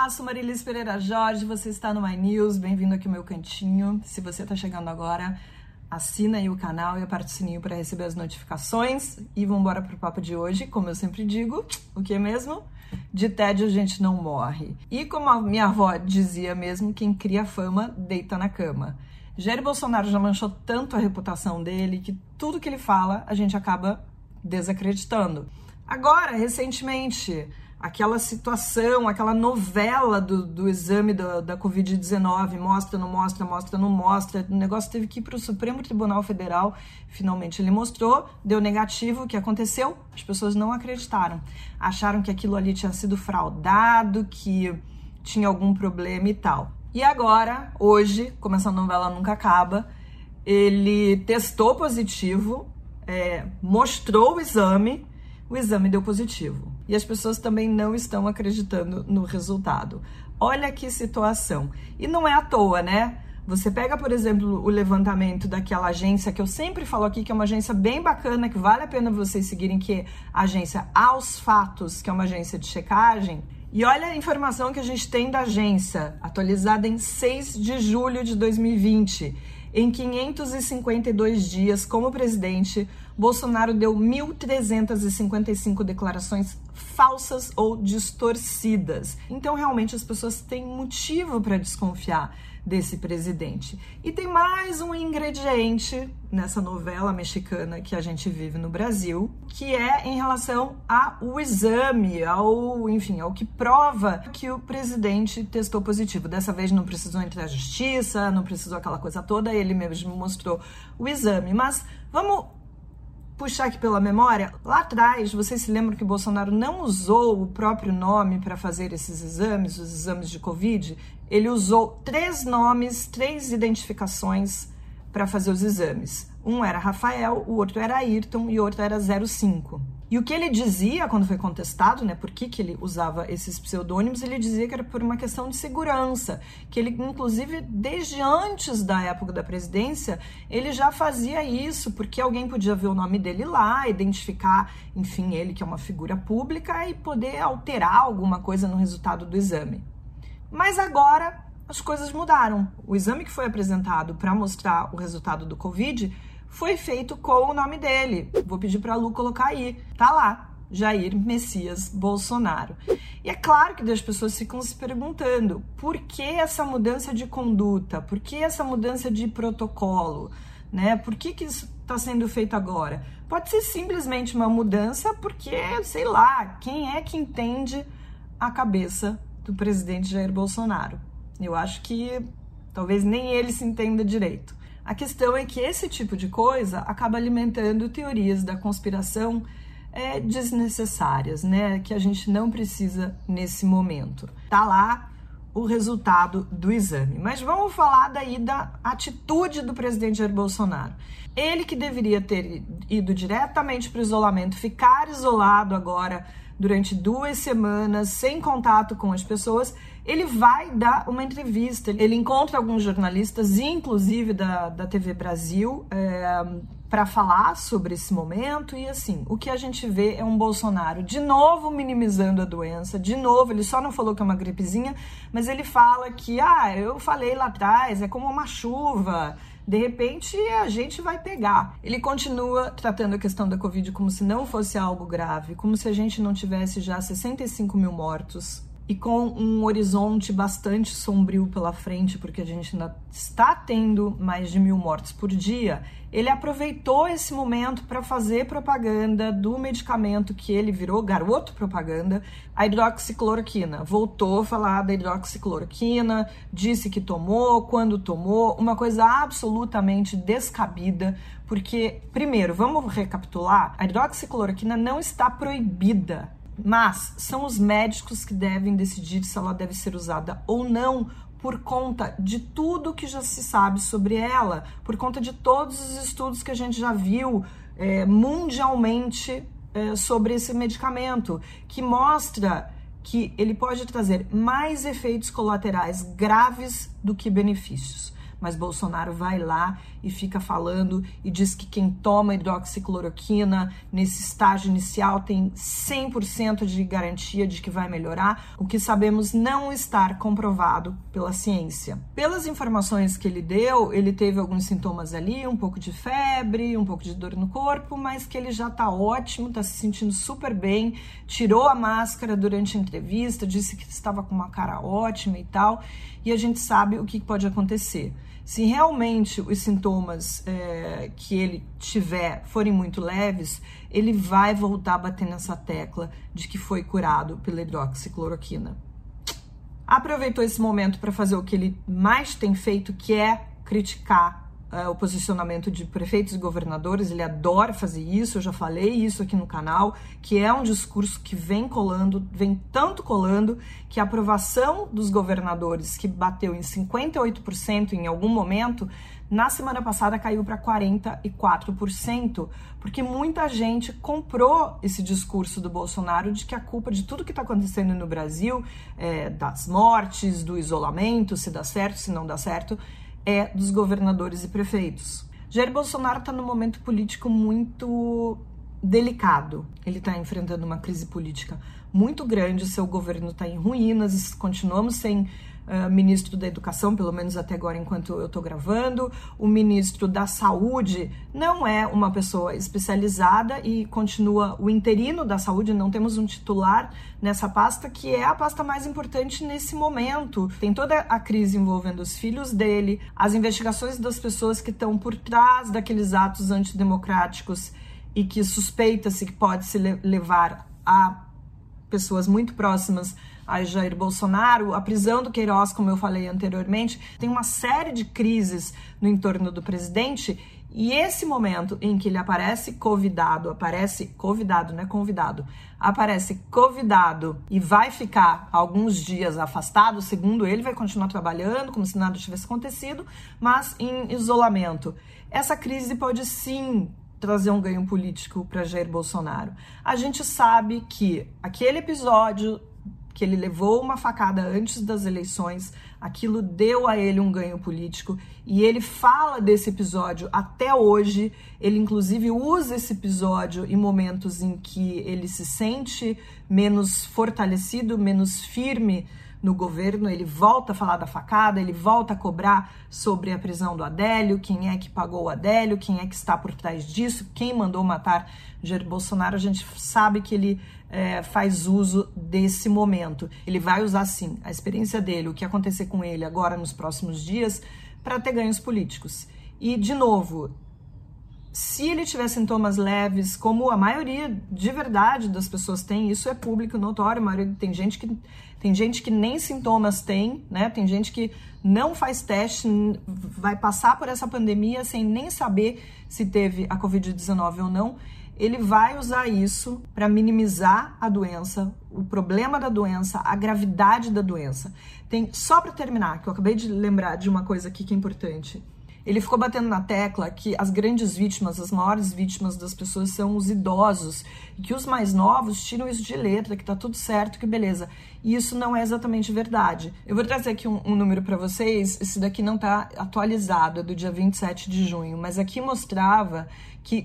Olá, sou Marilis Pereira Jorge, você está no My News, bem-vindo aqui ao meu cantinho. Se você está chegando agora, assina aí o canal e aperte o sininho para receber as notificações. E vamos embora pro papo de hoje, como eu sempre digo, o que mesmo? De tédio a gente não morre. E como a minha avó dizia mesmo, quem cria fama, deita na cama. Jair Bolsonaro já manchou tanto a reputação dele que tudo que ele fala a gente acaba desacreditando. Agora, recentemente, aquela situação, aquela novela do exame da Covid-19, mostra, não mostra, mostra, não mostra, o negócio teve que ir para o Supremo Tribunal Federal, finalmente ele mostrou, deu negativo, o que aconteceu? As pessoas não acreditaram, acharam que aquilo ali tinha sido fraudado, que tinha algum problema e tal. E agora, hoje, como essa novela nunca acaba, ele testou positivo, mostrou o exame deu positivo. E as pessoas também não estão acreditando no resultado. Olha que situação. E não é à toa, né? Você pega, por exemplo, o levantamento daquela agência que eu sempre falo aqui, que é uma agência bem bacana, que vale a pena vocês seguirem, que é a agência Aos Fatos, que é uma agência de checagem. E olha a informação que a gente tem da agência, atualizada em 6 de julho de 2020. Em 552 dias como presidente, Bolsonaro deu 1.355 declarações falsas ou distorcidas. Então, realmente, as pessoas têm motivo para desconfiar desse presidente. E tem mais um ingrediente nessa novela mexicana que a gente vive no Brasil, que é em relação ao exame, ao que prova que o presidente testou positivo. Dessa vez não precisou entrar à justiça, não precisou aquela coisa toda, ele mesmo mostrou o exame. Mas vamos puxar aqui pela memória, lá atrás, vocês se lembram que o Bolsonaro não usou o próprio nome para fazer esses exames, os exames de Covid? Ele usou 3 nomes, 3 identificações para fazer os exames. Um era Rafael, o outro era Ayrton e o outro era 05. E o que ele dizia quando foi contestado, né, por que ele usava esses pseudônimos, ele dizia que era por uma questão de segurança, que ele, inclusive, desde antes da época da presidência, ele já fazia isso, porque alguém podia ver o nome dele lá, identificar, enfim, ele que é uma figura pública e poder alterar alguma coisa no resultado do exame. Mas agora as coisas mudaram. O exame que foi apresentado para mostrar o resultado do Covid foi feito com o nome dele. Vou pedir para a Lu colocar aí. Tá lá, Jair Messias Bolsonaro. E é claro que as pessoas ficam se perguntando por que essa mudança de conduta, por que essa mudança de protocolo, né? Por que isso está sendo feito agora? Pode ser simplesmente uma mudança porque, sei lá, quem é que entende a cabeça do presidente Jair Bolsonaro? Eu acho que talvez nem ele se entenda direito. A questão é que esse tipo de coisa acaba alimentando teorias da conspiração desnecessárias, né? Que a gente não precisa nesse momento. Tá lá o resultado do exame. Mas vamos falar daí da atitude do presidente Jair Bolsonaro. Ele que deveria ter ido diretamente para o isolamento, ficar isolado agora durante 2 semanas, sem contato com as pessoas, ele vai dar uma entrevista. Ele encontra alguns jornalistas, inclusive da TV Brasil, para falar sobre esse momento. E assim, o que a gente vê é um Bolsonaro de novo minimizando a doença, de novo, ele só não falou que é uma gripezinha, mas ele fala que, eu falei lá atrás, é como uma chuva, de repente a gente vai pegar. Ele continua tratando a questão da Covid como se não fosse algo grave, como se a gente não tivesse já 65 mil mortos e com um horizonte bastante sombrio pela frente, porque a gente ainda está tendo mais de 1.000 mortes por dia. Ele aproveitou esse momento para fazer propaganda do medicamento que ele virou garoto propaganda, a hidroxicloroquina. Voltou a falar da hidroxicloroquina, disse que tomou, quando tomou, uma coisa absolutamente descabida, porque, primeiro, vamos recapitular, a hidroxicloroquina não está proibida, mas são os médicos que devem decidir se ela deve ser usada ou não, por conta de tudo que já se sabe sobre ela, por conta de todos os estudos que a gente já viu mundialmente sobre esse medicamento, que mostra que ele pode trazer mais efeitos colaterais graves do que benefícios. Mas Bolsonaro vai lá e fica falando e diz que quem toma hidroxicloroquina nesse estágio inicial tem 100% de garantia de que vai melhorar, o que sabemos não estar comprovado pela ciência. Pelas informações que ele deu, ele teve alguns sintomas ali, um pouco de febre, um pouco de dor no corpo, mas que ele já tá ótimo, tá se sentindo super bem, tirou a máscara durante a entrevista, disse que estava com uma cara ótima e tal, e a gente sabe o que pode acontecer. Se realmente os sintomas que ele tiver forem muito leves, ele vai voltar a bater nessa tecla de que foi curado pela hidroxicloroquina. Aproveitou esse momento para fazer o que ele mais tem feito, que é criticar o posicionamento de prefeitos e governadores. Ele adora fazer isso, eu já falei isso aqui no canal, que é um discurso que vem colando, vem tanto colando, que a aprovação dos governadores, que bateu em 58% em algum momento, na semana passada caiu para 44%, porque muita gente comprou esse discurso do Bolsonaro de que a culpa de tudo que está acontecendo no Brasil, das mortes, do isolamento, se dá certo, se não dá certo, é dos governadores e prefeitos. Jair Bolsonaro está num momento político muito delicado. Ele está enfrentando uma crise política muito grande, seu governo está em ruínas, continuamos sem ministro da Educação, pelo menos até agora enquanto eu estou gravando. O ministro da Saúde não é uma pessoa especializada e continua o interino da Saúde, não temos um titular nessa pasta, que é a pasta mais importante nesse momento. Tem toda a crise envolvendo os filhos dele, as investigações das pessoas que estão por trás daqueles atos antidemocráticos e que suspeita-se que pode se levar a pessoas muito próximas a Jair Bolsonaro, a prisão do Queiroz, como eu falei anteriormente. Tem uma série de crises no entorno do presidente, e esse momento em que ele aparece convidado e vai ficar alguns dias afastado, segundo ele, vai continuar trabalhando como se nada tivesse acontecido, mas em isolamento. Essa crise pode sim trazer um ganho político para Jair Bolsonaro. A gente sabe que aquele episódio que ele levou uma facada antes das eleições, aquilo deu a ele um ganho político, e ele fala desse episódio até hoje. Ele inclusive usa esse episódio em momentos em que ele se sente menos fortalecido, menos firme no governo. Ele volta a falar da facada, ele volta a cobrar sobre a prisão do Adélio, quem é que pagou o Adélio, quem é que está por trás disso, quem mandou matar Jair Bolsonaro. A gente sabe que ele faz uso desse momento. Ele vai usar, sim, a experiência dele, o que acontecer com ele agora nos próximos dias, para ter ganhos políticos. E, de novo, se ele tiver sintomas leves, como a maioria de verdade das pessoas tem, isso é público, notório, tem gente que nem sintomas tem, né? Tem gente que não faz teste, vai passar por essa pandemia sem nem saber se teve a Covid-19 ou não. Ele vai usar isso para minimizar a doença, o problema da doença, a gravidade da doença. Só para terminar, que eu acabei de lembrar de uma coisa aqui que é importante. Ele ficou batendo na tecla que as grandes vítimas, as maiores vítimas das pessoas são os idosos, e que os mais novos tiram isso de letra, que tá tudo certo, que beleza. E isso não é exatamente verdade. Eu vou trazer aqui um número para vocês. Esse daqui não tá atualizado, é do dia 27 de junho, mas aqui mostrava que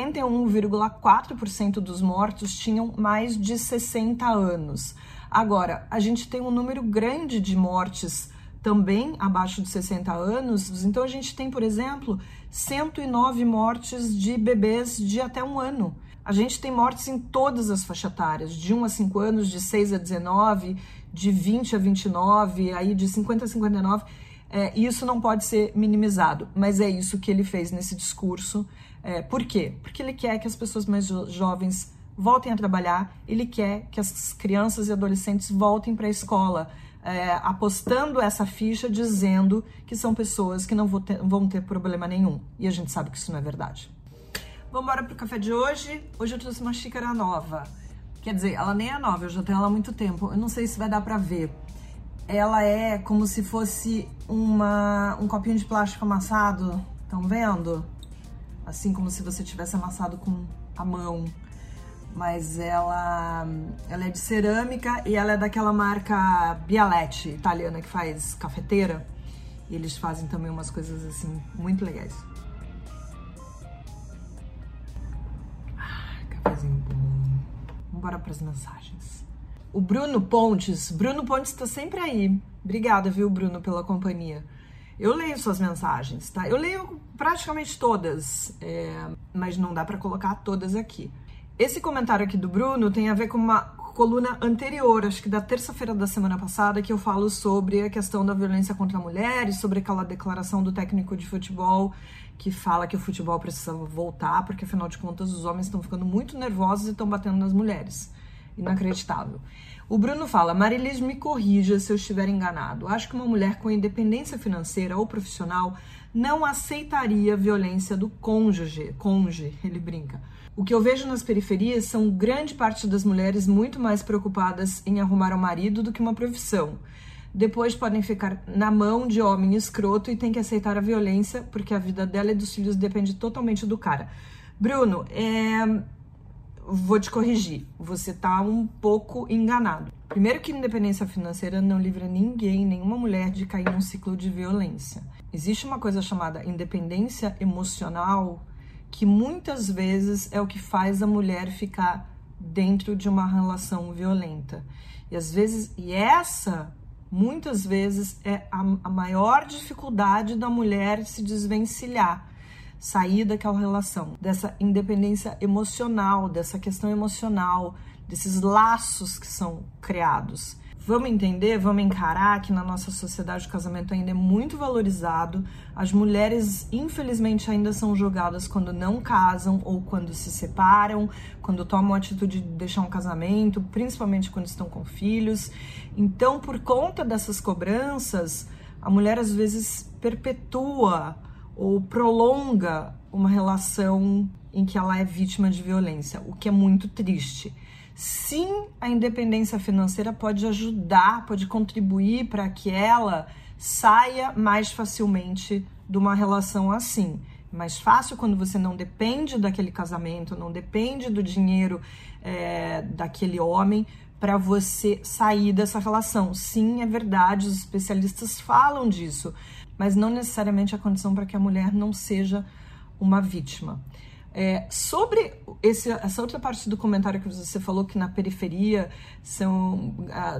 71,4% dos mortos tinham mais de 60 anos. Agora, a gente tem um número grande de mortes também abaixo de 60 anos, então a gente tem, por exemplo, 109 mortes de bebês de até 1 ano. A gente tem mortes em todas as faixas etárias, de 1 a 5 anos, de 6 a 19, de 20 a 29, aí de 50 a 59, isso não pode ser minimizado, mas é isso que ele fez nesse discurso. Por quê? Porque ele quer que as pessoas mais jovens voltem a trabalhar, ele quer que as crianças e adolescentes voltem para a escola, apostando essa ficha, dizendo que são pessoas que não vão ter problema nenhum. E a gente sabe que isso não é verdade. Vamos embora pro café de hoje. Hoje eu trouxe uma xícara nova. Quer dizer, ela nem é nova, eu já tenho ela há muito tempo. Eu não sei se vai dar pra ver. Ela é como se fosse um copinho de plástico amassado. Estão vendo? Assim como se você tivesse amassado com a mão. Mas ela é de cerâmica e ela é daquela marca Bialetti, italiana, que faz cafeteira. E eles fazem também umas coisas assim muito legais. bora para as mensagens. O Bruno Pontes tá sempre aí. Obrigada, viu, Bruno, pela companhia. Eu leio suas mensagens, tá? Eu leio praticamente todas, mas não dá para colocar todas aqui. Esse comentário aqui do Bruno tem a ver com uma coluna anterior, acho que da terça-feira da semana passada, que eu falo sobre a questão da violência contra mulheres, sobre aquela declaração do técnico de futebol que fala que o futebol precisa voltar, porque afinal de contas os homens estão ficando muito nervosos e estão batendo nas mulheres. Inacreditável. O Bruno fala: Marilis, me corrija se eu estiver enganado. Acho que uma mulher com independência financeira ou profissional não aceitaria violência do cônjuge, ele brinca. O que eu vejo nas periferias são grande parte das mulheres muito mais preocupadas em arrumar um marido do que uma profissão. Depois podem ficar na mão de homem escroto e tem que aceitar a violência porque a vida dela e dos filhos depende totalmente do cara. Bruno, vou te corrigir, você tá um pouco enganado. Primeiro que independência financeira não livra ninguém, nenhuma mulher, de cair num ciclo de violência. Existe uma coisa chamada independência emocional, que muitas vezes é o que faz a mulher ficar dentro de uma relação violenta. Muitas vezes, é a maior dificuldade da mulher se desvencilhar, sair daquela relação, dessa independência emocional, dessa questão emocional, desses laços que são criados. Vamos entender, vamos encarar que na nossa sociedade o casamento ainda é muito valorizado. As mulheres, infelizmente, ainda são julgadas quando não casam ou quando se separam, quando tomam a atitude de deixar um casamento, principalmente quando estão com filhos. Então, por conta dessas cobranças, a mulher às vezes perpetua ou prolonga uma relação em que ela é vítima de violência, o que é muito triste. Sim, a independência financeira pode ajudar, pode contribuir para que ela saia mais facilmente de uma relação assim. Mais fácil quando você não depende daquele casamento, não depende do dinheiro daquele homem para você sair dessa relação. Sim, é verdade, os especialistas falam disso, mas não necessariamente a condição para que a mulher não seja uma vítima. Sobre essa outra parte do comentário que você falou, que na periferia são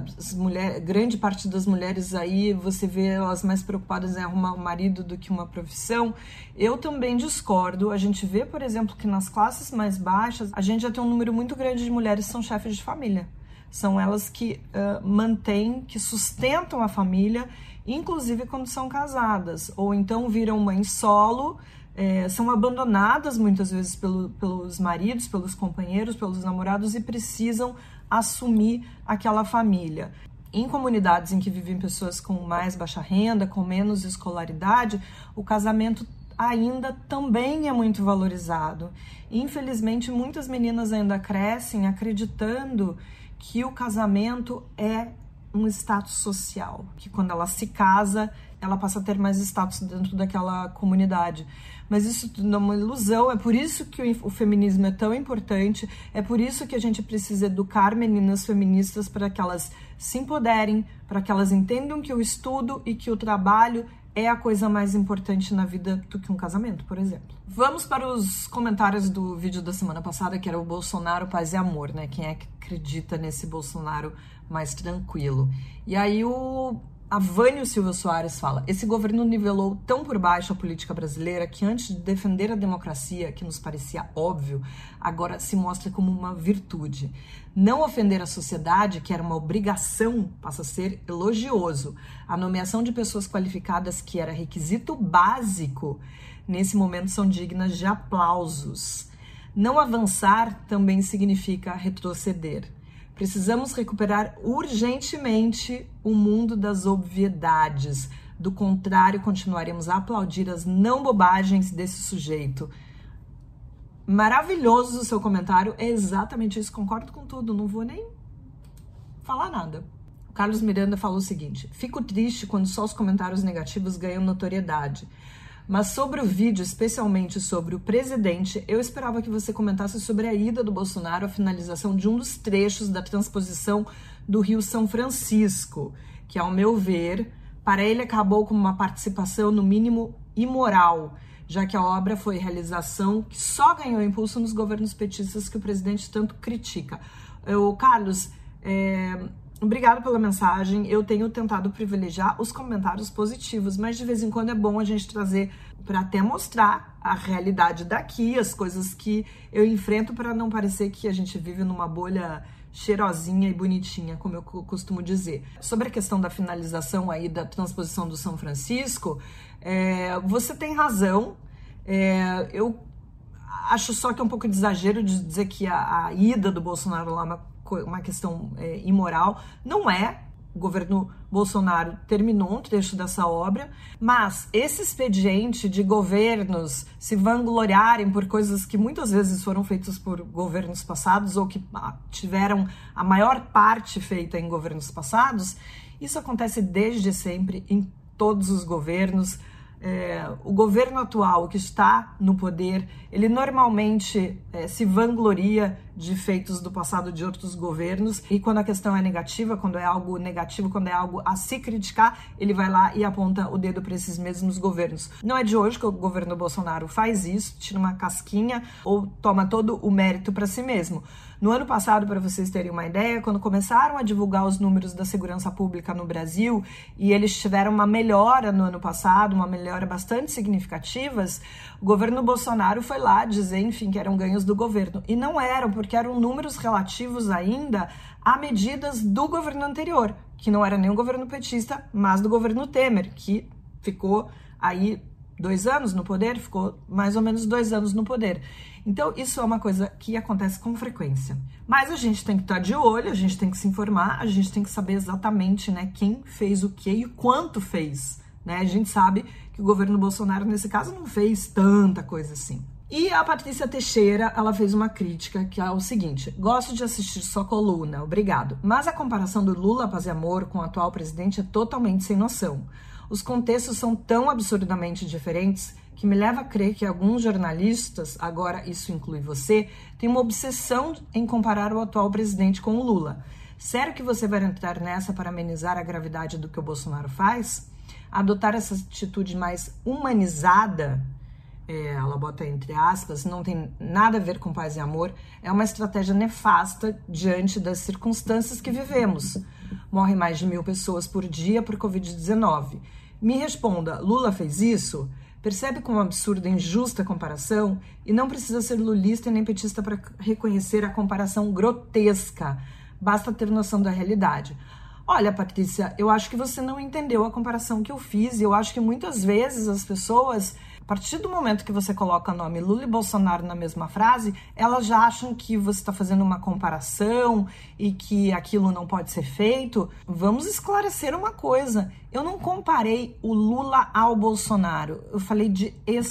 grande parte das mulheres aí, você vê elas mais preocupadas em arrumar um marido do que uma profissão, eu também discordo. A gente vê, por exemplo, que nas classes mais baixas, a gente já tem um número muito grande de mulheres que são chefes de família. São elas que mantêm, que sustentam a família, inclusive quando são casadas, ou então viram mãe solo, são abandonadas muitas vezes pelos maridos, pelos companheiros, pelos namorados e precisam assumir aquela família. Em comunidades em que vivem pessoas com mais baixa renda, com menos escolaridade, o casamento ainda também é muito valorizado. Infelizmente, muitas meninas ainda crescem acreditando que o casamento é um status social, que quando ela se casa, ela passa a ter mais status dentro daquela comunidade. Mas isso tudo é uma ilusão, é por isso que o feminismo é tão importante, é por isso que a gente precisa educar meninas feministas para que elas se empoderem, para que elas entendam que o estudo e que o trabalho é a coisa mais importante na vida do que um casamento, por exemplo. Vamos para os comentários do vídeo da semana passada, que era o Bolsonaro, paz e amor, né? Quem é que acredita nesse Bolsonaro mais tranquilo? E aí a Vânio Silva Soares fala: esse governo nivelou tão por baixo a política brasileira que antes de defender a democracia, que nos parecia óbvio, agora se mostra como uma virtude. Não ofender a sociedade, que era uma obrigação, passa a ser elogioso. A nomeação de pessoas qualificadas, que era requisito básico, nesse momento são dignas de aplausos. Não avançar também significa retroceder. Precisamos recuperar urgentemente o mundo das obviedades. Do contrário, continuaremos a aplaudir as não bobagens desse sujeito. Maravilhoso o seu comentário, é exatamente isso, concordo com tudo, não vou nem falar nada. O Carlos Miranda falou o seguinte: fico triste quando só os comentários negativos ganham notoriedade. Mas sobre o vídeo, especialmente sobre o presidente, eu esperava que você comentasse sobre a ida do Bolsonaro à finalização de um dos trechos da transposição do Rio São Francisco, que, ao meu ver, para ele acabou como uma participação, no mínimo, imoral. já que a obra foi realização que só ganhou impulso nos governos petistas que o presidente tanto critica. Carlos, obrigado pela mensagem. Eu tenho tentado privilegiar os comentários positivos, mas de vez em quando é bom a gente trazer para até mostrar a realidade daqui, as coisas que eu enfrento, para não parecer que a gente vive numa bolha cheirosinha e bonitinha, como eu costumo dizer. Sobre a questão da finalização aí da transposição do São Francisco, você tem razão. Eu acho só que é um pouco de exagero de dizer que a ida do Bolsonaro lá é uma questão imoral. Não é. O governo Bolsonaro terminou um trecho dessa obra, mas esse expediente de governos se vangloriarem por coisas que muitas vezes foram feitas por governos passados ou que tiveram a maior parte feita em governos passados, isso acontece desde sempre em todos os governos. O governo atual que está no poder, ele normalmente se vangloria de feitos do passado de outros governos, e quando a questão é negativa, quando é algo negativo, quando é algo a se criticar, ele vai lá e aponta o dedo para esses mesmos governos. Não é de hoje que o governo Bolsonaro faz isso, tira uma casquinha ou toma todo o mérito para si mesmo. No ano passado, para vocês terem uma ideia, quando começaram a divulgar os números da segurança pública no Brasil, e eles tiveram uma melhora no ano passado, uma melhora bastante significativa, o governo Bolsonaro foi lá dizer, enfim, que eram ganhos do governo. E não eram, porque eram números relativos ainda a medidas do governo anterior, que não era nem o governo petista, mas do governo Temer, que ficou aí 2 anos no poder, ficou mais ou menos 2 anos no poder. Então, isso é uma coisa que acontece com frequência. Mas a gente tem que estar de olho, a gente tem que se informar, a gente tem que saber exatamente, né, quem fez o quê e quanto fez. Né? A gente sabe que o governo Bolsonaro, nesse caso, não fez tanta coisa assim. E a Patrícia Teixeira, ela fez uma crítica que é o seguinte: gosto de assistir sua coluna, obrigado. Mas a comparação do Lula Paz e Amor com o atual presidente é totalmente sem noção. Os contextos são tão absurdamente diferentes que me leva a crer que alguns jornalistas, agora isso inclui você, têm uma obsessão em comparar o atual presidente com o Lula. Sério que você vai entrar nessa para amenizar a gravidade do que o Bolsonaro faz? Adotar essa atitude mais humanizada, ela bota entre aspas, não tem nada a ver com paz e amor, é uma estratégia nefasta diante das circunstâncias que vivemos. Morrem mais de 1.000 pessoas por dia por Covid-19. Me responda, Lula fez isso? Percebe como absurda e injusta a comparação? E não precisa ser lulista e nem petista para reconhecer a comparação grotesca. Basta ter noção da realidade. Olha, Patrícia, eu acho que você não entendeu a comparação que eu fiz. E eu acho que muitas vezes as pessoas, a partir do momento que você coloca o nome Lula e Bolsonaro na mesma frase, elas já acham que você está fazendo uma comparação e que aquilo não pode ser feito. Vamos esclarecer uma coisa. Eu não comparei o Lula ao Bolsonaro. Eu falei de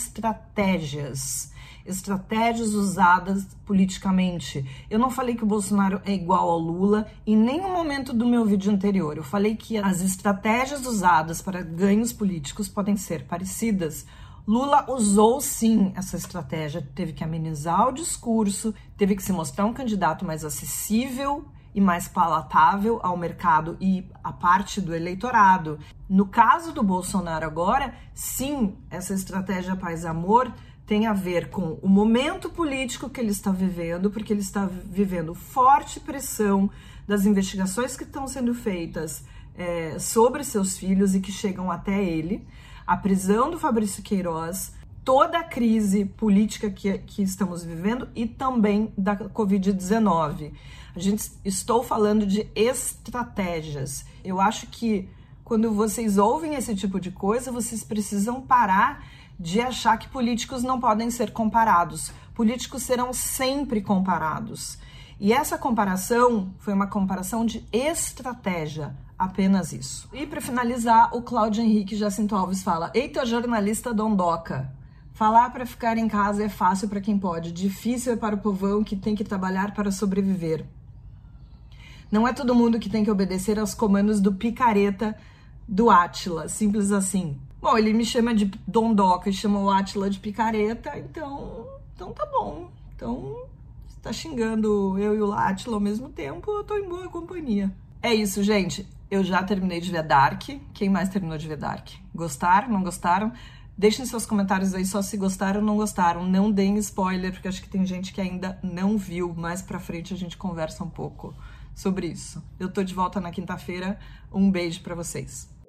estratégias. Estratégias usadas politicamente. Eu não falei que o Bolsonaro é igual ao Lula em nenhum momento do meu vídeo anterior. Eu falei que as estratégias usadas para ganhos políticos podem ser parecidas. Lula usou sim essa estratégia, teve que amenizar o discurso, teve que se mostrar um candidato mais acessível e mais palatável ao mercado e à parte do eleitorado. No caso do Bolsonaro agora, sim, essa estratégia paz e amor tem a ver com o momento político que ele está vivendo, porque ele está vivendo forte pressão das investigações que estão sendo feitas sobre seus filhos e que chegam até ele, a prisão do Fabrício Queiroz, toda a crise política que estamos vivendo e também da Covid-19. Estou falando de estratégias. Eu acho que quando vocês ouvem esse tipo de coisa, vocês precisam parar de achar que políticos não podem ser comparados. Políticos serão sempre comparados. E essa comparação foi uma comparação de estratégia, apenas isso. E para finalizar, o Cláudio Henrique Jacinto Alves fala: eita, jornalista dondoca. Falar para ficar em casa é fácil para quem pode, difícil é para o povão que tem que trabalhar para sobreviver. Não é todo mundo que tem que obedecer aos comandos do picareta do Átila, simples assim. Bom, ele me chama de dondoca e chama o Átila de picareta, então tá bom. Então, você tá xingando eu e o Átila ao mesmo tempo, eu tô em boa companhia. É isso, gente. Eu já terminei de ver Dark. Quem mais terminou de ver Dark? Gostaram? Não gostaram? Deixem seus comentários aí só se gostaram ou não gostaram. Não deem spoiler, porque acho que tem gente que ainda não viu. Mais pra frente a gente conversa um pouco sobre isso. Eu tô de volta na quinta-feira. Um beijo pra vocês.